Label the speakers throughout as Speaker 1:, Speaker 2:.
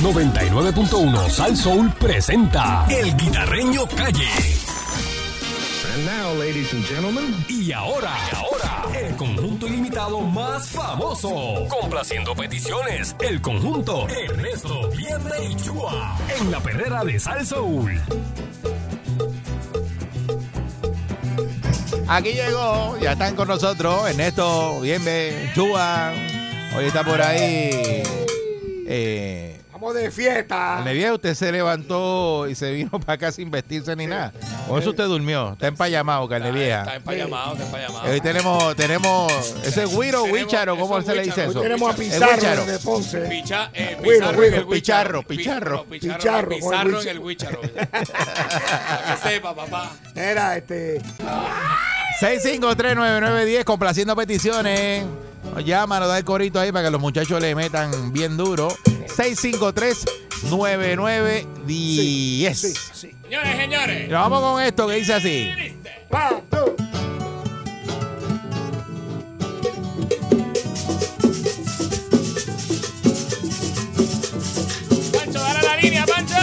Speaker 1: 99.1 Sal Soul presenta El Guitarreño Calle.
Speaker 2: And now, ladies and gentlemen.
Speaker 1: Y ahora, el conjunto ilimitado más famoso. Complaciendo peticiones, el conjunto Ernesto, Vierne y Chua. En la perrera de Sal Soul.
Speaker 3: Aquí llegó, ya están con nosotros Ernesto, Vierne, Chua. Hoy está por ahí.
Speaker 4: Vamos de fiesta.
Speaker 3: Me vi, usted se levantó y se vino para acá sin vestirse ni nada. Con eso usted durmió. Está empallamado, carne vieja.
Speaker 5: Está empallamado.
Speaker 3: Hoy tenemos ese güiro, Wicharo, ¿cómo se le dice eso?
Speaker 4: Hoy tenemos a Pizarro de Ponce.
Speaker 5: Pizarro
Speaker 4: Güiro,
Speaker 5: en el
Speaker 3: Picharro.
Speaker 5: Pizarro en el Wicharo. Para que sepa, papá.
Speaker 4: Era
Speaker 3: 6539910, complaciendo peticiones. Nos llama, nos da el corito ahí para que los muchachos le metan bien duro. 6539910.
Speaker 4: Sí.
Speaker 5: Señores.
Speaker 3: Y nos vamos con esto que dice así.
Speaker 4: One, two.
Speaker 5: Pancho, dale la línea, Pancho.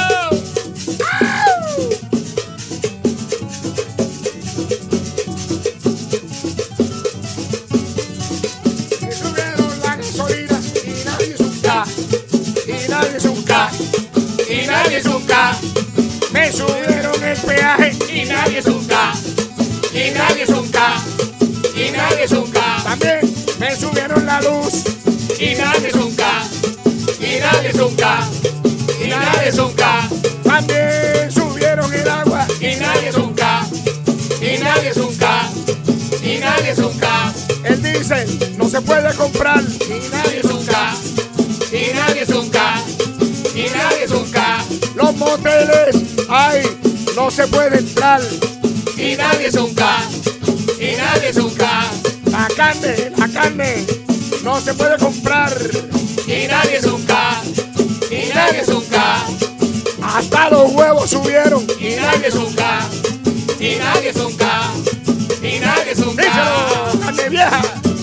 Speaker 4: Me subieron la gasolina y nadie es un K. Y nadie es un K.
Speaker 5: Y nadie es un K.
Speaker 4: Me subieron el peaje
Speaker 5: Y nadie es un K. Y nadie es un K. Y nadie es un K.
Speaker 4: también. Me subieron la luz.
Speaker 5: Y nadie es un K. Y nadie es un K. Y nadie es un K.
Speaker 4: También subieron el agua.
Speaker 5: Y nadie es un K. Y nadie es un K. Y nadie es un K.
Speaker 4: El diésel no se puede comprar.
Speaker 5: Y nadie es un K. Y nadie es un K. Y nadie es un K.
Speaker 4: Los moteles, ay, no se puede entrar.
Speaker 5: Y nadie es un K. Y nadie es un K.
Speaker 4: La carne, no se puede comprar.
Speaker 5: Y nadie es un K. Y nadie es un K.
Speaker 4: Hasta los huevos subieron.
Speaker 5: Y nadie es un K. Y nadie es un K. Y nadie es un K.
Speaker 4: Díselo, carne vieja.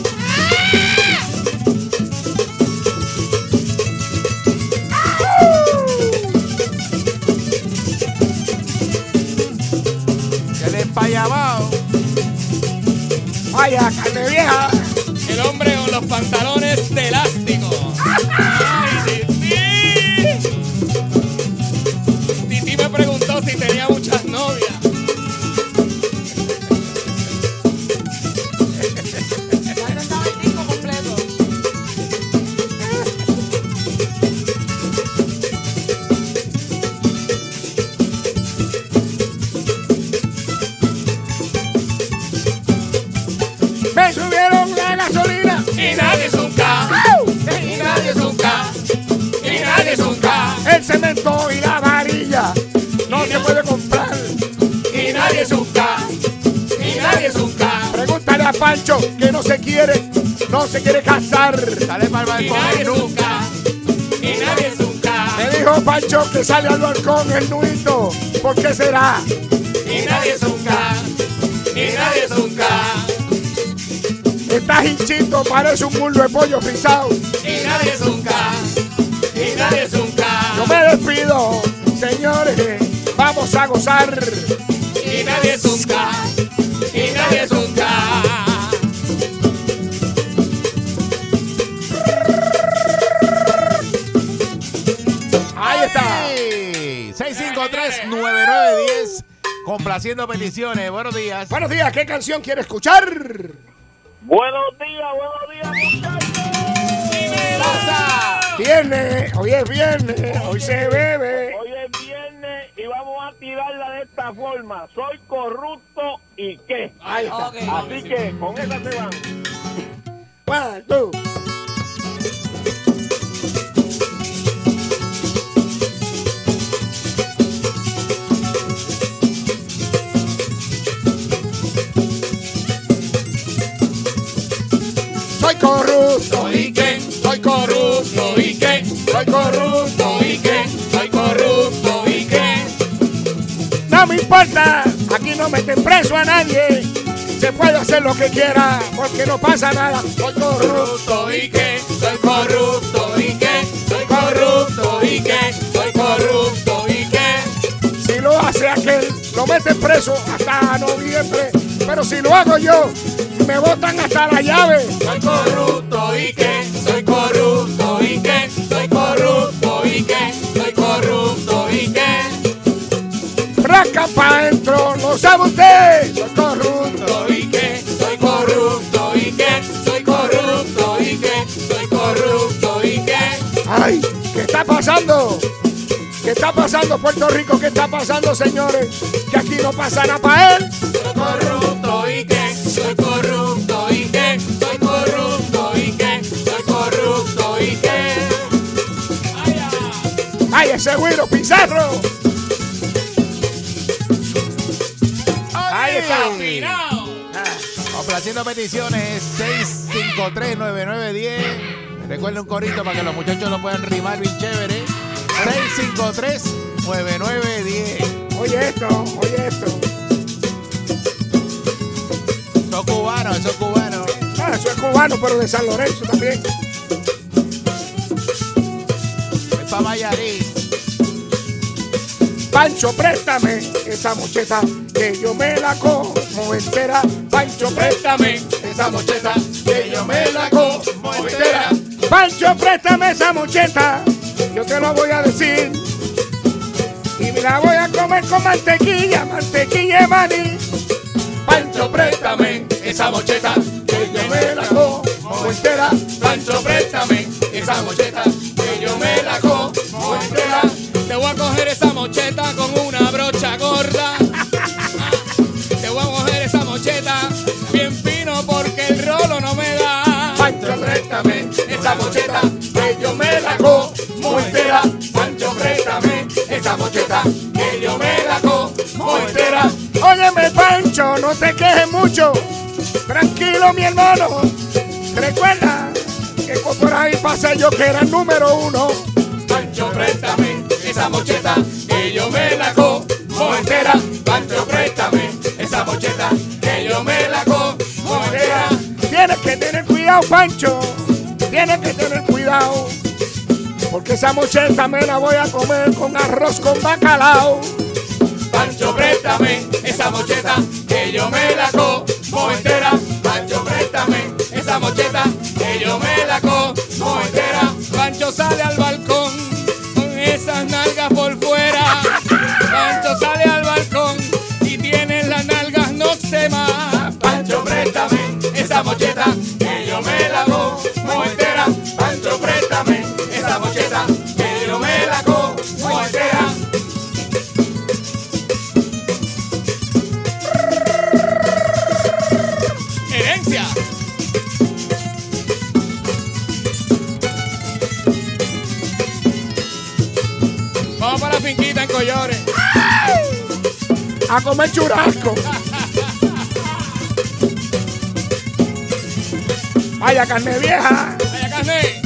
Speaker 3: El empallamado.
Speaker 4: Vaya, carne vieja.
Speaker 5: El hombre con los pantalones de elástico. ¡Ay, Titi! Titi me preguntó si tenía muchas novias.
Speaker 4: Me subieron la gasolina.
Speaker 5: Y nadie es un K. Y nadie es un K. Y nadie es un K.
Speaker 4: El cemento y la varilla no se puede comprar.
Speaker 5: Y nadie es un K. Y nadie es un K.
Speaker 4: Pregúntale a Pancho que no se quiere casar.
Speaker 3: Sale para el
Speaker 5: Y
Speaker 3: balcón.
Speaker 5: nadie es un K. Y nadie es un K.
Speaker 4: Me dijo Pancho que sale al balcón el nuito. ¿Por qué será?
Speaker 5: Y nadie es un K. Y nadie es un K.
Speaker 4: Estás hinchito, parece un muslo de pollo frisado.
Speaker 5: Y nadie es un K. Y nadie es un K.
Speaker 4: Yo me despido, señores. Vamos a gozar.
Speaker 5: Y nadie es un K. Y nadie es un K.
Speaker 4: Ahí está.
Speaker 3: 6539910, complaciendo peticiones. Buenos días.
Speaker 4: Buenos días, ¿qué canción quiere escuchar?
Speaker 6: Buenos días, muchachos.
Speaker 4: Hoy es viernes, hoy se bebe.
Speaker 6: Hoy es viernes y vamos a tirarla de esta forma. Soy corrupto y qué.
Speaker 4: Ahí está.
Speaker 6: Así que con esa se van.
Speaker 4: One, two. Soy corrupto
Speaker 5: ¿Y qué? Soy corrupto. ¿Y qué?
Speaker 4: soy corrupto.
Speaker 5: ¿Y qué? Soy corrupto. ¿Y qué?
Speaker 4: No me importa, aquí no meten preso a nadie. Se puede hacer lo que quiera, porque no pasa nada. Soy corrupto.
Speaker 5: Corrupto. ¿Y qué? Soy corrupto. ¿Y qué? Soy corrupto. ¿Y qué?
Speaker 4: preso hasta noviembre. Pero si lo hago yo, me botan hasta la llave.
Speaker 5: Soy corrupto y qué, soy corrupto y qué, soy corrupto y qué, soy corrupto y qué.
Speaker 4: Rascan pa' adentro, ¿lo sabe usted? Soy corrupto.
Speaker 5: ¿Y qué? Soy corrupto y qué, soy corrupto y qué, soy corrupto y qué.
Speaker 4: Ay, ¿qué está pasando? ¿Qué está pasando, Puerto Rico? ¿Qué está pasando, señores? Que aquí no pasa nada para él.
Speaker 5: Soy corrupto y qué, soy corrupto y qué, soy corrupto y qué, soy corrupto y qué.
Speaker 4: Ay, ese güiro, Pizarro. Ahí está.
Speaker 3: Complaciendo peticiones, 653-9910. Recuerden un corito para que los muchachos lo puedan rimar bien chévere. 653-9910.
Speaker 4: Oye esto, oye esto.
Speaker 3: Eso es cubano, eso es cubano.
Speaker 4: Ah, eso es cubano, pero de San Lorenzo también.
Speaker 3: Es para Mayarí.
Speaker 4: Pancho, préstame esa mocheta que yo me la como entera. Pancho, préstame esa mocheta que yo me la como entera. Pancho, préstame esa mocheta, yo te lo voy a decir. Y me la voy a comer con mantequilla, mantequilla de maní. Pancho, préstame esa mocheta que yo me la como entera. Pancho, préstame esa mocheta que yo me la como entera.
Speaker 5: Te voy a coger esa mocheta con una brocha gorda. Te voy a coger esa mocheta bien fino porque el rolo no me da.
Speaker 4: Pancho, préstame esa mocheta que yo me la como entera. Pancho, préstame esa mocheta que yo me la como entera. Óyeme, Pancho, no te quejes mucho. Tranquilo, mi hermano. Recuerda que por ahí pasé yo que era el número 1. Pancho, préstame esa mocheta que yo me la como entera. Pancho, préstame esa mocheta que yo me la como entera. Tienes que tener cuidado, Pancho. Tienes que tener cuidado. Porque esa mocheta me la voy a comer con arroz con bacalao. Pancho, préstame esa mocheta que yo me la como entera. Pancho, préstame esa mocheta que yo me la como entera.
Speaker 5: Pancho sale al balcón con esas nalgas por fuera. Pancho sale al balcón y tiene las nalgas noxema.
Speaker 4: Pancho, préstame esa mocheta que yo me la como entera. Pancho, préstame esa mocheta que yo me la como entera.
Speaker 5: Herencia. Vamos para la finquita en Collores.
Speaker 4: A comer churrasco. Vaya carne vieja.
Speaker 5: Vaya carne.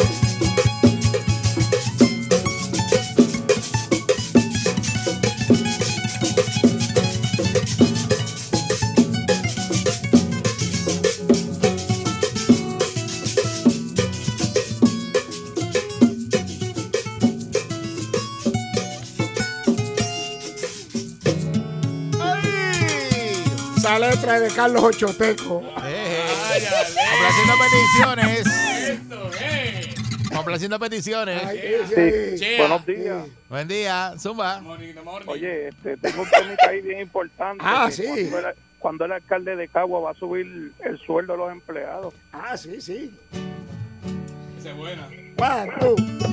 Speaker 4: Esa letra es de Carlos Ochoteco.
Speaker 3: Complaciendo peticiones.
Speaker 5: Esto,
Speaker 3: Complaciendo peticiones.
Speaker 5: Chea.
Speaker 6: Buenos días.
Speaker 3: Buen día, Zumba.
Speaker 6: Oye, tengo un temita ahí bien importante.
Speaker 4: Ah,
Speaker 6: que
Speaker 4: sí.
Speaker 6: Cuando el alcalde de Cagua va a subir el sueldo de los empleados.
Speaker 4: Ah, sí, sí.
Speaker 5: Esa es buena.
Speaker 4: 1, 2.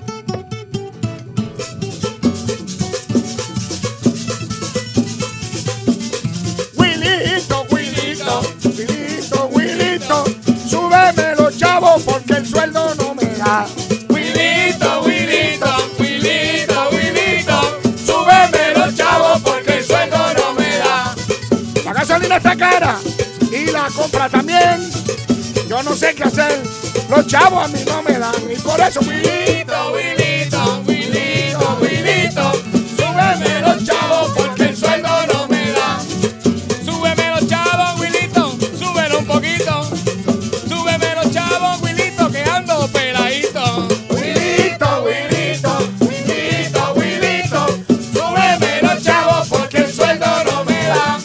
Speaker 4: Wilito, Wilito, Wilito, Wilito, súbeme los chavos porque el sueldo no me da.
Speaker 5: Wilito, Wilito, Wilito, Wilito, súbeme los chavos porque el sueldo no me da.
Speaker 4: La gasolina está cara y la compra también. Yo no sé qué hacer, los chavos a mí no me dan y por eso Wilito,
Speaker 5: Wilito, Wilito, Wilito, súbeme los chavos porque el sueldo no me da. Súbeme los chavos, Wilito, súbelo un poquito. Súbeme los chavos, Wilito, que ando peladito.
Speaker 4: Wilito, Wilito, Wilito, Wilito, súbeme los chavos porque el sueldo no me da.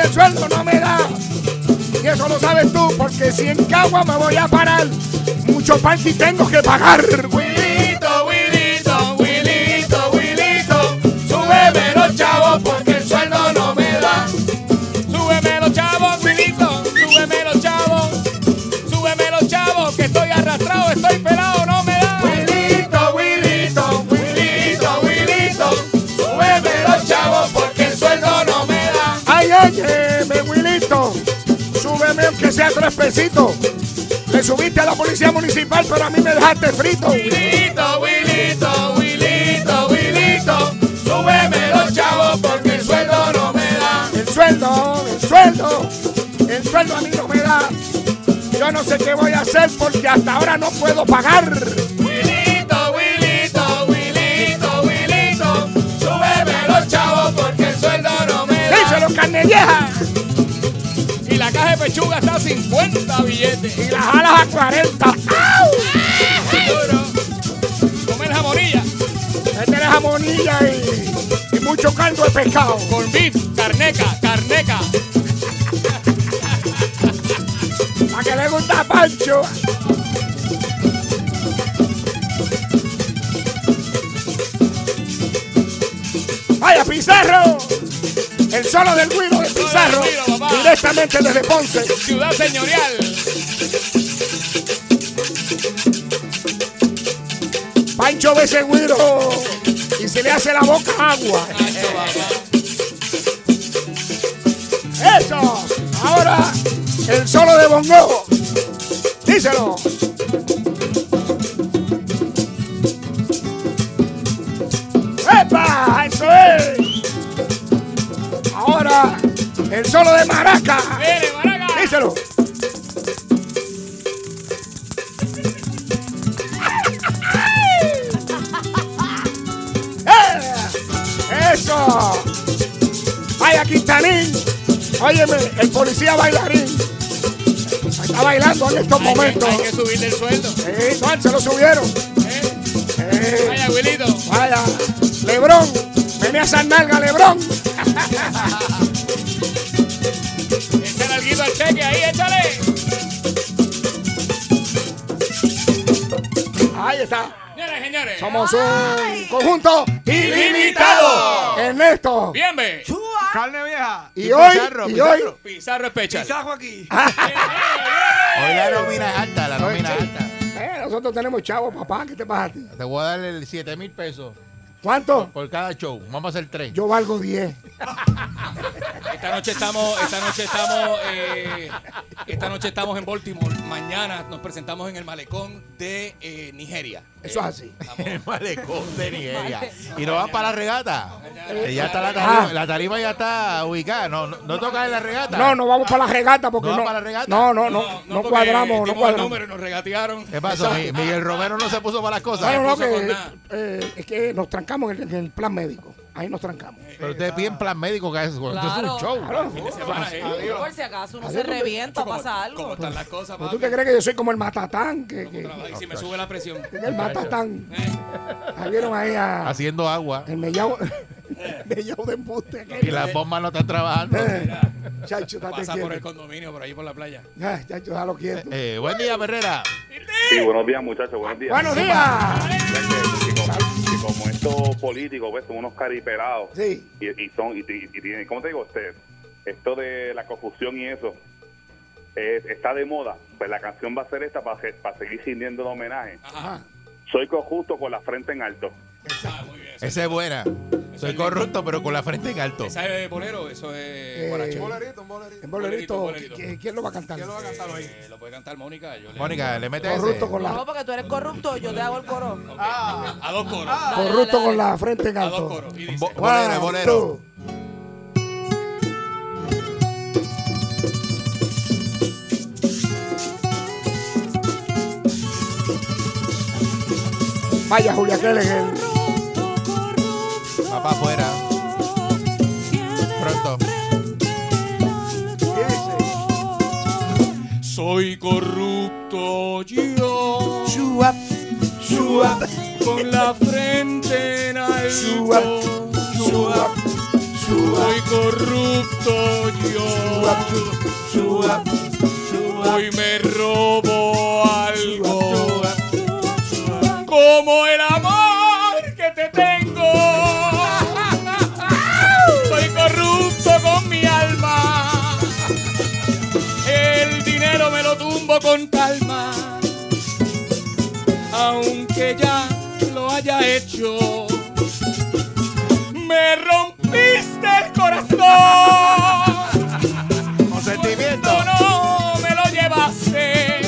Speaker 4: el sueldo no me da. Y eso lo sabes tú, porque si en Cagua me voy a parar, mucho party tengo que pagar.
Speaker 5: Wilito, Wilito, Wilito, Wilito, súbeme los chavos porque el sueldo no me da. Súbeme los chavos, Wilito, súbeme los chavos. Súbeme los chavos, que estoy arrastrado, estoy pelado, no me da. Wilito, Wilito, Wilito, Wilito, súbeme los chavos porque el sueldo no me da.
Speaker 4: Ay, óyeme, Wilito, súbeme aunque sea 3 pesitos. Le subiste a la policía municipal, pero a mí me dejaste frito.
Speaker 5: Wilito, Wilito, Wilito, Wilito, súbeme los chavos porque el sueldo no me da.
Speaker 4: El sueldo a mí no me da. Yo no sé qué voy a hacer porque hasta ahora no puedo pagar.
Speaker 5: Wilito, Wilito, Wilito, Wilito, súbeme los chavos porque el sueldo no me da.
Speaker 4: Díselo, carne vieja.
Speaker 5: Y la caja de pechuga está a 50 billetes.
Speaker 4: Y las alas a 40. ¡Au!
Speaker 5: Duro. Comer jamonilla.
Speaker 4: Métele jamonilla y mucho caldo de pescado.
Speaker 5: Con beef, carneca.
Speaker 4: ¿A que le gusta a Pancho? ¡Vaya, Pizarro! El solo del Guido de Pizarro. Directamente desde Ponce.
Speaker 5: Ciudad señorial.
Speaker 4: Pancho ve ese Guido y se le hace la boca agua. ¡Eso! Ahora, el solo de bongo. Díselo. ¡Epa! ¡Eso es! Ahora, el solo de maraca.
Speaker 5: ¡Viene, maraca!
Speaker 4: Díselo. ¡Eso! ¡Vaya, Quintanín! Óyeme, el policía bailarín está bailando en estos momentos.
Speaker 5: Hay que subirle el sueldo.
Speaker 4: ¿Cuál se lo subieron?
Speaker 5: Vaya, Wilito.
Speaker 4: Vaya, Lebrón, venía a San Nalga, Lebrón.
Speaker 5: Échale alguito al cheque ahí, échale.
Speaker 4: Ahí está.
Speaker 5: Señores.
Speaker 4: Somos un conjunto
Speaker 5: ilimitado.
Speaker 4: Ernesto.
Speaker 5: Bien, ve.
Speaker 7: Carne vieja.
Speaker 4: Y hoy,
Speaker 3: Pizarro,
Speaker 4: y hoy,
Speaker 5: Pizarro especial.
Speaker 7: Pisajo aquí.
Speaker 3: Hoy la nómina es alta, la nómina es alta.
Speaker 4: nosotros tenemos chavos, papá. ¿Qué te pasa a ti?
Speaker 3: Te voy a dar el 7,000 pesos
Speaker 4: ¿Cuánto?
Speaker 3: por cada show. Vamos a hacer 3.
Speaker 4: Yo valgo 10.
Speaker 5: Esta noche estamos en Baltimore. Mañana nos presentamos en el malecón de Nigeria.
Speaker 4: Eso es así.
Speaker 3: El malecón de Nigeria. Y no van para la regata. Ya está la tarima ya está ubicada. No toca en la regata.
Speaker 4: No vamos para la regata porque
Speaker 3: ¿No
Speaker 4: no.
Speaker 3: va para la regata?
Speaker 4: No
Speaker 5: porque
Speaker 4: cuadramos, no
Speaker 5: dimos el
Speaker 4: cuadramos.
Speaker 5: número y nos regatearon.
Speaker 3: ¿Qué pasó? Miguel Romero no se puso para las cosas.
Speaker 4: No,
Speaker 5: puso con nada.
Speaker 4: es que nos trancamos en el plan médico. Ahí nos trancamos.
Speaker 3: Pero ustedes piden plan médico que es eso. Esto es un show.
Speaker 4: Claro.
Speaker 5: Fin de semana,
Speaker 8: Por si acaso uno se revienta, pasa algo.
Speaker 5: ¿Cómo están las cosas,
Speaker 4: ¿Pero
Speaker 5: papi?
Speaker 4: tú te crees que yo soy como el matatán?
Speaker 5: Y si me sube la presión.
Speaker 4: El matatán. Ahí vieron ahí
Speaker 3: Haciendo agua.
Speaker 4: el mellao de embuste.
Speaker 3: Y las bombas no están trabajando.
Speaker 4: Chacho, date
Speaker 5: Pasa por el
Speaker 4: quieto.
Speaker 5: condominio, por ahí por la playa.
Speaker 4: Chacho, déjalo quieto.
Speaker 3: Buen día, Herrera.
Speaker 9: Sí, buenos días, muchachos, buenos días.
Speaker 4: ¡Buenos días!
Speaker 9: Y como estos políticos, pues, son unos caripelados.
Speaker 4: Sí.
Speaker 9: Y tienen, ¿cómo te digo? Esto de la confusión y eso está de moda. Pues la canción va a ser esta para seguir sintiendo el homenaje.
Speaker 4: Ajá.
Speaker 9: Soy justo con la frente en alto.
Speaker 5: Muy bien.
Speaker 3: Esa es buena. Soy corrupto, pero con la frente en alto.
Speaker 5: ¿Esa es bolero? Eso es guarache.
Speaker 4: En bolerito,
Speaker 5: bolerito.
Speaker 4: ¿quién lo va a cantar?
Speaker 5: Lo puede cantar Mónica.
Speaker 3: Mónica, le mete ese.
Speaker 4: Corrupto con
Speaker 8: No,
Speaker 4: la,
Speaker 8: porque tú eres corrupto, yo te hago el coro.
Speaker 5: A dos coros.
Speaker 4: corrupto con la frente en
Speaker 5: A dos
Speaker 4: alto.
Speaker 5: coros. Y dice,
Speaker 3: Bolero, bolero.
Speaker 4: Two. Vaya, Julia Keller.
Speaker 3: Papá afuera. Pronto.
Speaker 4: ¿Qué dice?
Speaker 5: soy corrupto yo.
Speaker 4: Shuap, shuap,
Speaker 5: Con la frente en alto.
Speaker 4: shuap, shuap,
Speaker 5: Soy corrupto yo. Hoy me robo algo. Como el amor que te tengo. Soy corrupto con mi alma. El dinero me lo tumbo con calma. Aunque ya lo haya hecho. Me rompiste el corazón.
Speaker 3: Con sentimiento.
Speaker 5: No me lo llevaste.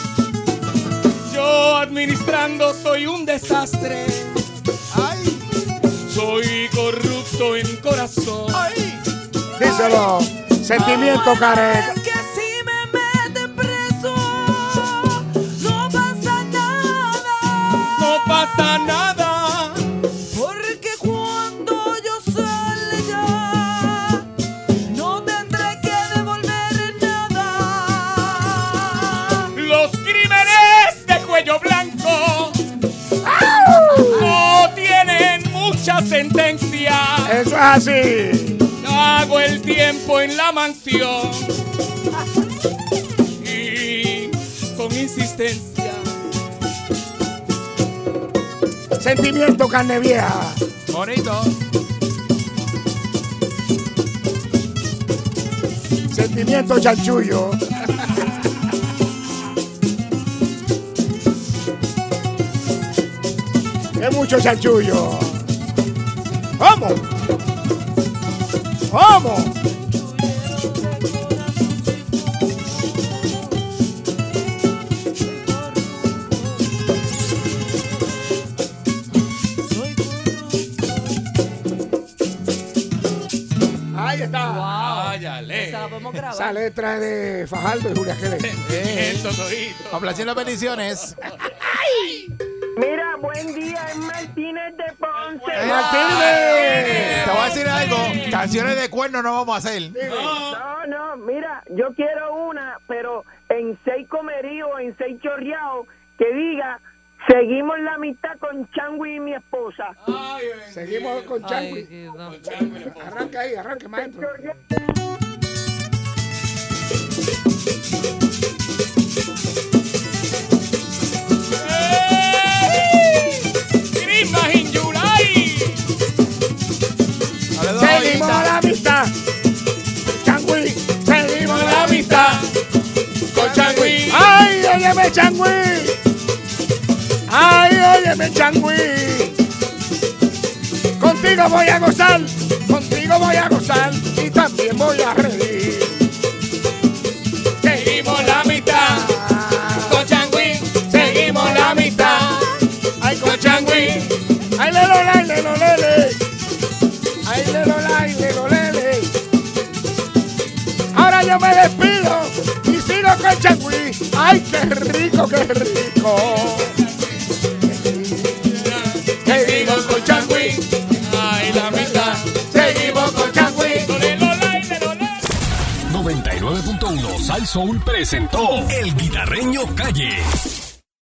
Speaker 5: Yo administrando soy un desastre.
Speaker 3: Ay.
Speaker 5: Soy corrupto en corazón.
Speaker 3: Ay.
Speaker 4: Díselo. Sentimiento, Karen.
Speaker 8: Es que si me meten preso, no pasa nada.
Speaker 5: No pasa nada.
Speaker 8: Porque cuando yo salga, no tendré que devolver nada.
Speaker 5: Los crímenes de cuello blanco no tienen mucha sentencia.
Speaker 4: Eso es así.
Speaker 5: Hago el tiempo en la mansión y con insistencia.
Speaker 4: Sentimiento, carne vieja.
Speaker 3: Bonito.
Speaker 4: Sentimiento, chanchullo. Es mucho chanchullo. ¡Vamos! ¡Vamos! Ahí está.
Speaker 5: Váyale.
Speaker 8: Esa la podemos grabar.
Speaker 4: Esa letra es de Fajardo y Julia Kelly.
Speaker 5: Eso, todito.
Speaker 3: Complaciendo peticiones.
Speaker 6: Mira, buen día, es Martínez de Ponce.
Speaker 3: Te voy a decir algo. Canciones de cuerno no vamos a hacer.
Speaker 6: No, mira, yo quiero una, pero en 6 comeríos, en 6 chorreados, que diga, seguimos la amistad con Changui y mi esposa.
Speaker 4: Seguimos con
Speaker 8: Ay,
Speaker 4: Changui.
Speaker 8: Dios.
Speaker 4: Arranca ahí, arranque, maestro.
Speaker 5: Christmas in July.
Speaker 4: Seguimos la amistad. Changui, seguimos la amistad.
Speaker 5: Con Changui.
Speaker 4: ¡Ay, óyeme, Changui! ¡Ay, óyeme, Changui! Contigo voy a gozar, y también voy a reír.
Speaker 5: Seguimos la mitad. Con Changui. Seguimos la mitad.
Speaker 4: Ay,
Speaker 5: Con Changui.
Speaker 4: ay, lelo, lele. Ay, lelo, lele. Ahora yo me despido y sigo con Changui. Ay, qué rico, qué rico.
Speaker 5: Seguimos con Changui. Ay, la mitad. Seguimos con Changui.
Speaker 1: 99.1 Sal Soul presentó El Guitarreño Calle.